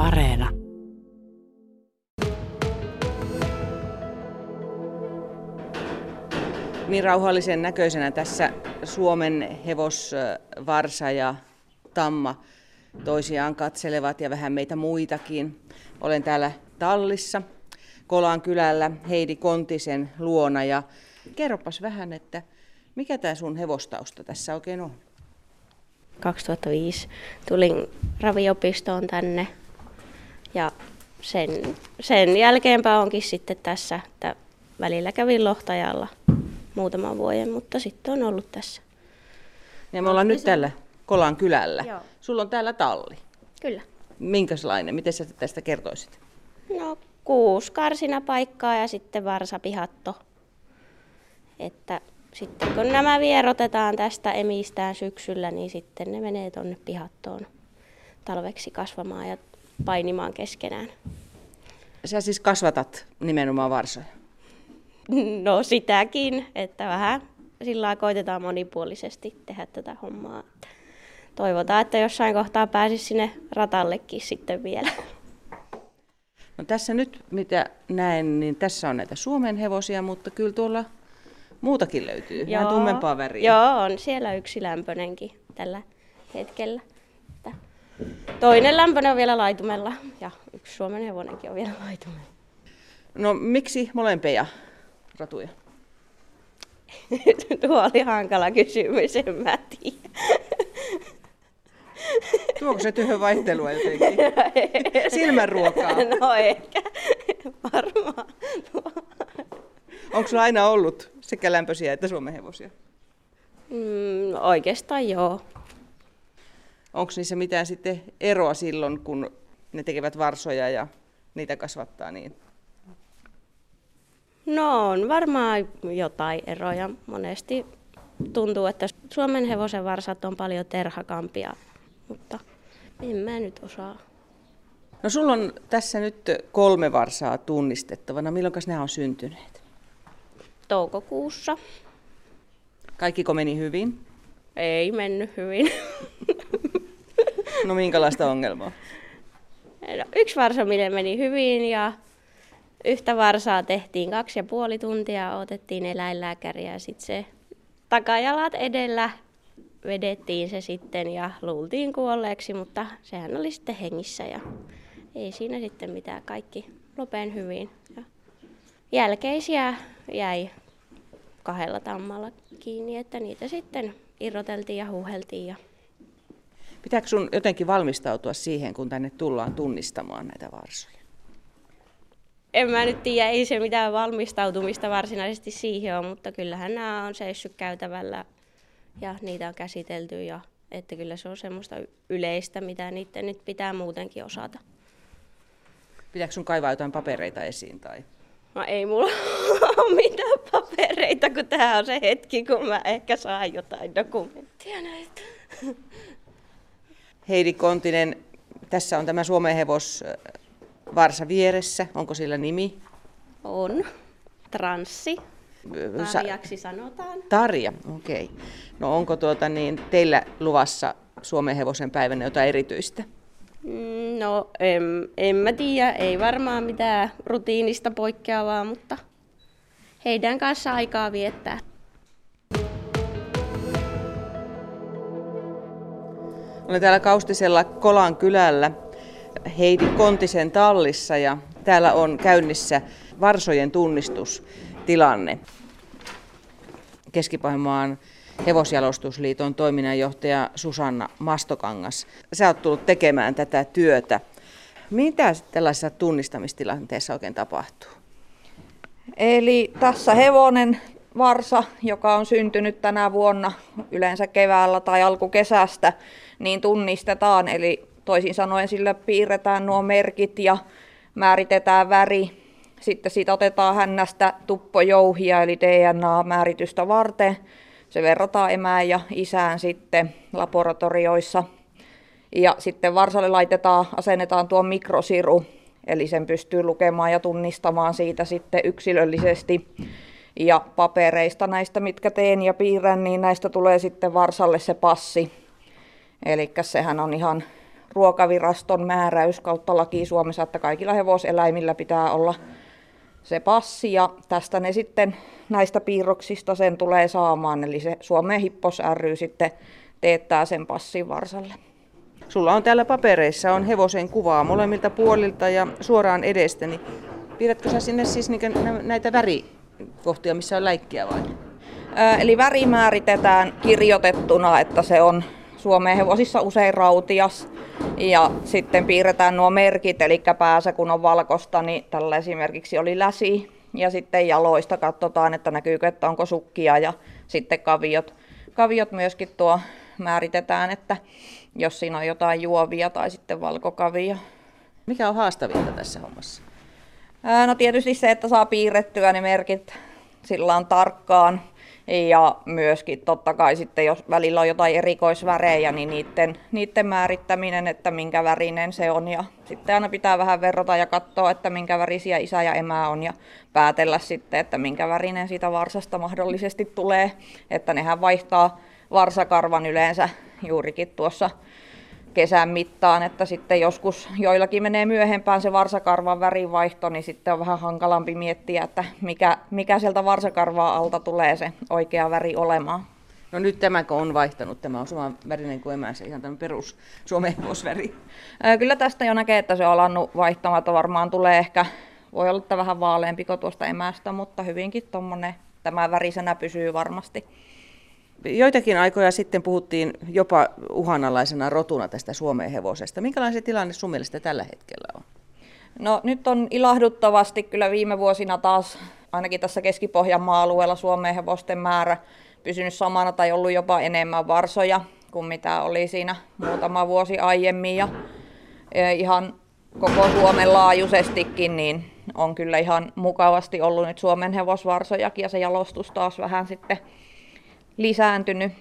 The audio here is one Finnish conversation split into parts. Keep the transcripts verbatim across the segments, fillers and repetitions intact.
Areena. Niin rauhallisen näköisenä tässä Suomen hevosvarsa ja tamma toisiaan katselevat ja vähän meitä muitakin. Olen täällä tallissa Kolan kylällä Heidi Kontisen luona ja kerropas vähän, että mikä tämä sun hevostausta tässä oikein on? kaksituhattaviisi tulin raviopistoon tänne ja sen, sen jälkeenpä onkin sitten tässä, että välillä kävin Lohtajalla muutaman vuoden, mutta sitten on ollut tässä. Ja me ollaan nyt täällä Kolan kylällä. Joo. Sulla on täällä talli. Kyllä. Minkälainen? Miten sä tästä kertoisit? No kuusi karsinapaikkaa ja sitten varsapihatto. Että sitten kun nämä vierotetaan tästä emistään syksyllä, niin sitten ne menee tuonne pihattoon talveksi kasvamaan ja painimaan keskenään. Sä siis kasvatat nimenomaan varsoja? No sitäkin, että vähän sillä lailla koitetaan monipuolisesti tehdä tätä hommaa. Toivotaan, että jossain kohtaa pääsisi sinne ratallekin sitten vielä. No tässä nyt, mitä näen, niin tässä on näitä Suomen hevosia, mutta kyllä tuolla muutakin löytyy. Vähän tummempaa väriä. Joo, on siellä yksi lämpönenkin tällä hetkellä. Toinen lämpöinen on vielä laitumella ja yksi Suomen hevonenkin on vielä laitumella. No miksi molempia ratuja? Tuo oli hankala kysymys, en mä tiedä. Tuoko se työhön vaihtelua jotenkin? Silmänruokaa? No ehkä, varmaan. Onko sulla aina ollut sekä lämpöisiä että Suomen hevosia? Mm, oikeastaan joo. Onko niissä mitään sitten eroa silloin, kun ne tekevät varsoja ja niitä kasvattaa niin? No on varmaan jotain eroja. Monesti tuntuu, että Suomen hevosen varsat on paljon terhakampia, mutta en mä nyt osaa. No sulla on tässä nyt kolme varsaa tunnistettavana. Milloin nämä on syntyneet? Toukokuussa. Kaikkiko meni hyvin? Ei mennyt hyvin. No minkälaista ongelmaa? No, yksi varsa meni hyvin ja yhtä varsaa tehtiin kaksi ja puoli tuntia, otettiin eläinlääkäriä ja sitten se takajalat edellä vedettiin se sitten ja luultiin kuolleeksi, mutta sehän oli sitten hengissä ja ei siinä sitten mitään, kaikki lopen hyvin. Ja jälkeisiä jäi kahdella tammalla kiinni, että niitä sitten irroteltiin ja huuheltiin. Ja pitääkö sun jotenkin valmistautua siihen, kun tänne tullaan tunnistamaan näitä varsoja? En mä nyt tiedä, ei se mitään valmistautumista varsinaisesti siihen ole, mutta kyllähän nämä on seissyt käytävällä ja niitä on käsitelty. Ja, että kyllä se on semmoista yleistä, mitä niiden nyt pitää muutenkin osata. Pitääkö sun kaivaa jotain papereita esiin? Tai? No ei mulla ole mitään papereita, kun tämä on se hetki, kun mä ehkä saan jotain dokumenttia näitä. Heidi Kontinen, tässä on tämä Suomen hevos varsa vieressä. Onko sillä nimi? On. Transsi. Tarjaksi sanotaan. Tarja, okei. Okay. No onko tuota niin, teillä luvassa Suomen hevosen päivänä jotain erityistä? No en, en mä tiedä, ei varmaan mitään rutiinista poikkeavaa, mutta heidän kanssa aikaa viettää. Olen täällä Kaustisella Kolan kylällä Heidi Kontisen tallissa ja täällä on käynnissä varsojen tunnistustilanne. Keski-Pohjanmaan Hevosjalostusliiton toiminnanjohtaja Susanna Mastokangas. Sä oot tullut tekemään tätä työtä. Mitä tällaisessa tunnistamistilanteessa oikein tapahtuu? Eli tässä hevonen varsa, joka on syntynyt tänä vuonna yleensä keväällä tai alkukesästä, niin tunnistetaan. Eli toisin sanoen sillä piirretään nuo merkit ja määritetään väri. Sitten siitä otetaan hännästä tuppojouhia eli D N A-määritystä varten. Se verrataan emään ja isään sitten laboratorioissa. Ja sitten varsalle laitetaan, asennetaan tuo mikrosiru, eli sen pystyy lukemaan ja tunnistamaan siitä sitten yksilöllisesti. Ja papereista näistä, mitkä teen ja piirrän, niin näistä tulee sitten varsalle se passi. Eli sehän on ihan ruokaviraston määräys kautta laki Suomessa, että kaikilla hevoseläimillä pitää olla se passi, ja tästä ne sitten näistä piirroksista sen tulee saamaan, eli se Suomen Hippos ry sitten teettää sen passin varsalle. Sulla on täällä papereissa on hevosen kuvaa molemmilta puolilta ja suoraan edestä, niin piirrätkö sä sinne siis näitä värikohtia, missä on läikkiä vai? Ää, eli väri määritetään kirjoitettuna, että se on Suomen hevosissa usein rautias, ja sitten piirretään nuo merkit, eli päässä kun on valkoista, niin tällä esimerkiksi oli läsi, ja sitten jaloista katsotaan, että näkyykö, että onko sukkia, ja sitten kaviot, kaviot myöskin tuo määritetään, että jos siinä on jotain juovia tai sitten valkokavia. Mikä on haastavinta tässä hommassa? Ää, no tietysti se, että saa piirrettyä ne merkit sillä on tarkkaan. Ja myöskin totta kai sitten, jos välillä on jotain erikoisvärejä, niin niiden, niiden määrittäminen, että minkä värinen se on. Ja sitten aina pitää vähän verrata ja katsoa, että minkä värisiä isä ja emä on, ja päätellä sitten, että minkä värinen siitä varsasta mahdollisesti tulee. Että nehän vaihtaa varsakarvan yleensä juurikin tuossa kesän mittaan, että sitten joskus joillakin menee myöhempään se varsakarvan värinvaihto, niin sitten on vähän hankalampi miettiä, että mikä, mikä sieltä varsakarvaa alta tulee se oikea väri olemaan. No nyt tämäkö on vaihtanut, tämä on saman värinen kuin emänsä, ihan tämmöinen perus Suomen hevosväri. Kyllä tästä jo näkee, että se on alannut vaihtamatta, varmaan tulee ehkä, voi olla että vähän vaaleampi kuin tuosta emästä, mutta hyvinkin tommonen, tämä värisenä pysyy varmasti. Joitakin aikoja sitten puhuttiin jopa uhanalaisena rotuna tästä Suomen hevosesta. Minkälainen se tilanne sun mielestä tällä hetkellä on? No nyt on ilahduttavasti kyllä viime vuosina taas, ainakin tässä Keski-Pohjanmaan alueella, Suomen hevosten määrä pysynyt samana tai ollut jopa enemmän varsoja kuin mitä oli siinä muutama vuosi aiemmin. Ja ihan koko Suomen laajuisestikin niin on kyllä ihan mukavasti ollut nyt Suomen hevosvarsojakin, ja se jalostus taas vähän sitten lisääntynyt.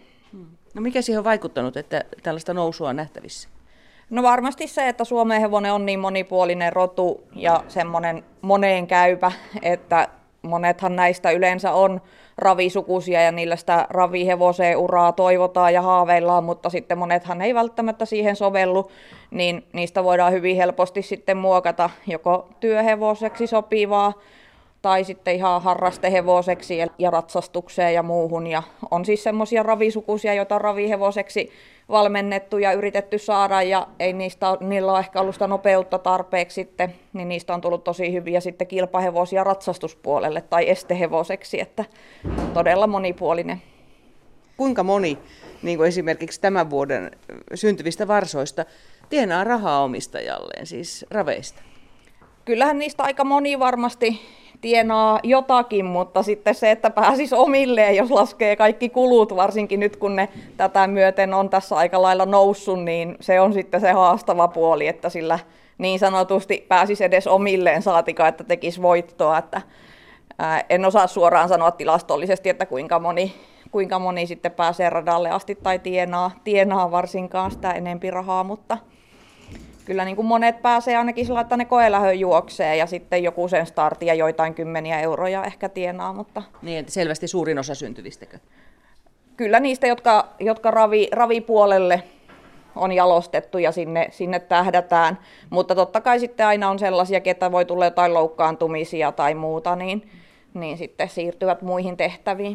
No mikä siihen on vaikuttanut, että tällaista nousua on nähtävissä? No varmasti se, että Suomen hevonen on niin monipuolinen rotu ja semmoinen moneen käypä, että monethan näistä yleensä on ravisukuisia ja niillä sitä ravihevoseen uraa toivotaan ja haaveillaan, mutta sitten monethan ei välttämättä siihen sovellu, niin niistä voidaan hyvin helposti sitten muokata joko työhevoseksi sopivaa tai sitten ihan harrastehevoseksi ja ratsastukseen ja muuhun. Ja on siis semmoisia ravisukuisia, joita on ravihevoseksi valmennettu ja yritetty saada, ja ei niistä, niillä ole ehkä ollut sitä nopeutta tarpeeksi sitten, niin niistä on tullut tosi hyviä sitten kilpahevosia ratsastuspuolelle tai estehevoseksi, että todella monipuolinen. Kuinka moni, niin kuin esimerkiksi tämän vuoden syntyvistä varsoista, tienaa rahaa omistajalleen, siis raveista? Kyllähän niistä aika moni varmasti tienaa jotakin, mutta sitten se, että pääsisi omilleen, jos laskee kaikki kulut, varsinkin nyt kun ne tätä myöten on tässä aika lailla noussut, niin se on sitten se haastava puoli, että sillä niin sanotusti pääsisi edes omilleen, saatika, että tekisi voittoa. Että, ää, en osaa suoraan sanoa tilastollisesti, että kuinka moni, kuinka moni sitten pääsee radalle asti tai tienaa, tienaa varsinkaan sitä enempi rahaa, mutta kyllä niin kuin monet pääsee ainakin sillä, että ne koelähön juoksee ja sitten joku sen startin ja joitain kymmeniä euroja ehkä tienaa. Mutta niin, että selvästi suurin osa syntyvistäkö? Kyllä niistä, jotka, jotka ravi, ravipuolelle on jalostettu ja sinne, sinne tähdätään. Mutta totta kai sitten aina on sellaisia, ketä voi tulla jotain loukkaantumisia tai muuta, niin, niin sitten siirtyvät muihin tehtäviin.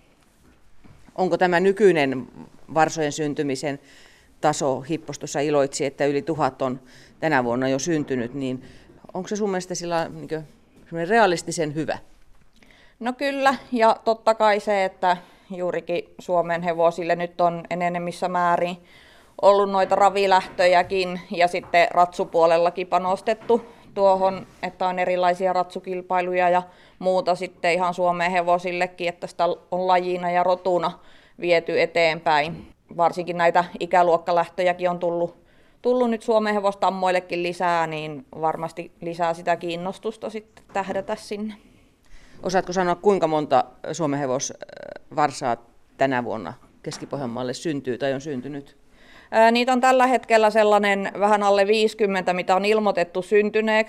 Onko tämä nykyinen varsojen syntymisen taso, Hippos tuossa iloitsi, että yli tuhat on tänä vuonna jo syntynyt, niin onko se sun mielestä sillä niin realistisen hyvä? No kyllä, ja totta kai se, että juurikin Suomen hevosille nyt on enenevissä määrin ollut noita ravilähtöjäkin, ja sitten ratsupuolellakin panostettu tuohon, että on erilaisia ratsukilpailuja ja muuta sitten ihan Suomen hevosillekin, että sitä on lajina ja rotuna viety eteenpäin. Varsinkin näitä ikäluokkalähtöjäkin on tullut, tullut nyt Suomen hevostammoillekin lisää, niin varmasti lisää sitä kiinnostusta sitten tähdätä sinne. Osaatko sanoa, kuinka monta Suomen hevosvarsaa tänä vuonna Keski-Pohjanmaalle syntyy tai on syntynyt? Niitä on tällä hetkellä sellainen vähän alle viisikymmentä, mitä on ilmoitettu syntyneeksi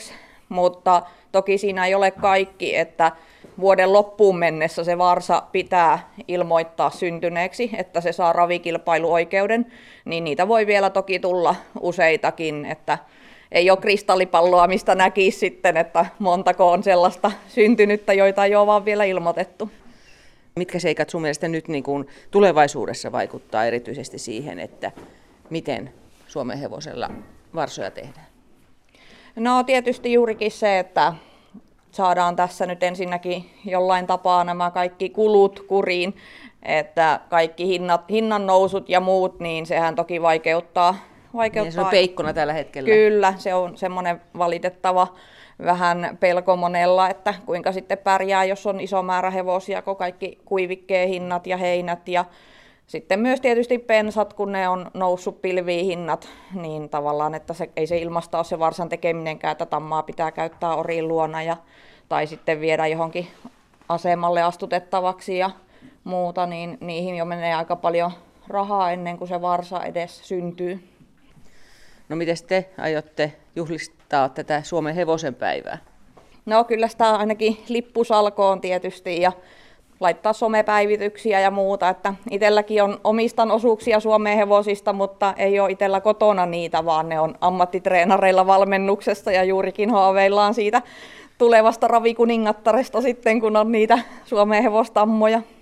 mutta toki siinä ei ole kaikki, että vuoden loppuun mennessä se varsa pitää ilmoittaa syntyneeksi, että se saa ravikilpailuoikeuden, niin niitä voi vielä toki tulla useitakin, että ei ole kristallipalloa, mistä näkisi sitten, että montako on sellaista syntynyttä, joita ei ole vaan vielä ilmoitettu. Mitkä seikat sun mielestä nyt niin kuin tulevaisuudessa vaikuttaa erityisesti siihen, että miten Suomen hevosella varsoja tehdään? No tietysti juurikin se, että saadaan tässä nyt ensinnäkin jollain tapaa nämä kaikki kulut kuriin, että kaikki hinnat, hinnan nousut ja muut, niin sehän toki vaikeuttaa. vaikeuttaa. Niin se on peikkona tällä hetkellä. Kyllä, se on semmoinen valitettava vähän pelko monella, että kuinka sitten pärjää, jos on iso määrä hevosia, kun kaikki kuivikkeen hinnat ja heinät ja sitten myös tietysti pensat, kun ne on noussut pilviin hinnat, niin tavallaan, että se, ei se ilmasta ole se varsan tekeminenkään, että tammaa pitää käyttää oriin luona ja, tai sitten viedä johonkin asemalle astutettavaksi ja muuta, niin niihin jo menee aika paljon rahaa ennen kuin se varsa edes syntyy. No miten te aiotte juhlistaa tätä Suomen hevosen päivää? No kyllä sitä ainakin lippusalkoon tietysti ja laittaa somepäivityksiä ja muuta, että itselläkin on omistan osuuksia Suomen hevosista, mutta ei ole itsellä kotona niitä, vaan ne on ammattitreenareilla valmennuksessa ja juurikin haaveillaan siitä tulevasta ravikuningattaresta sitten, kun on niitä Suomen hevostammoja.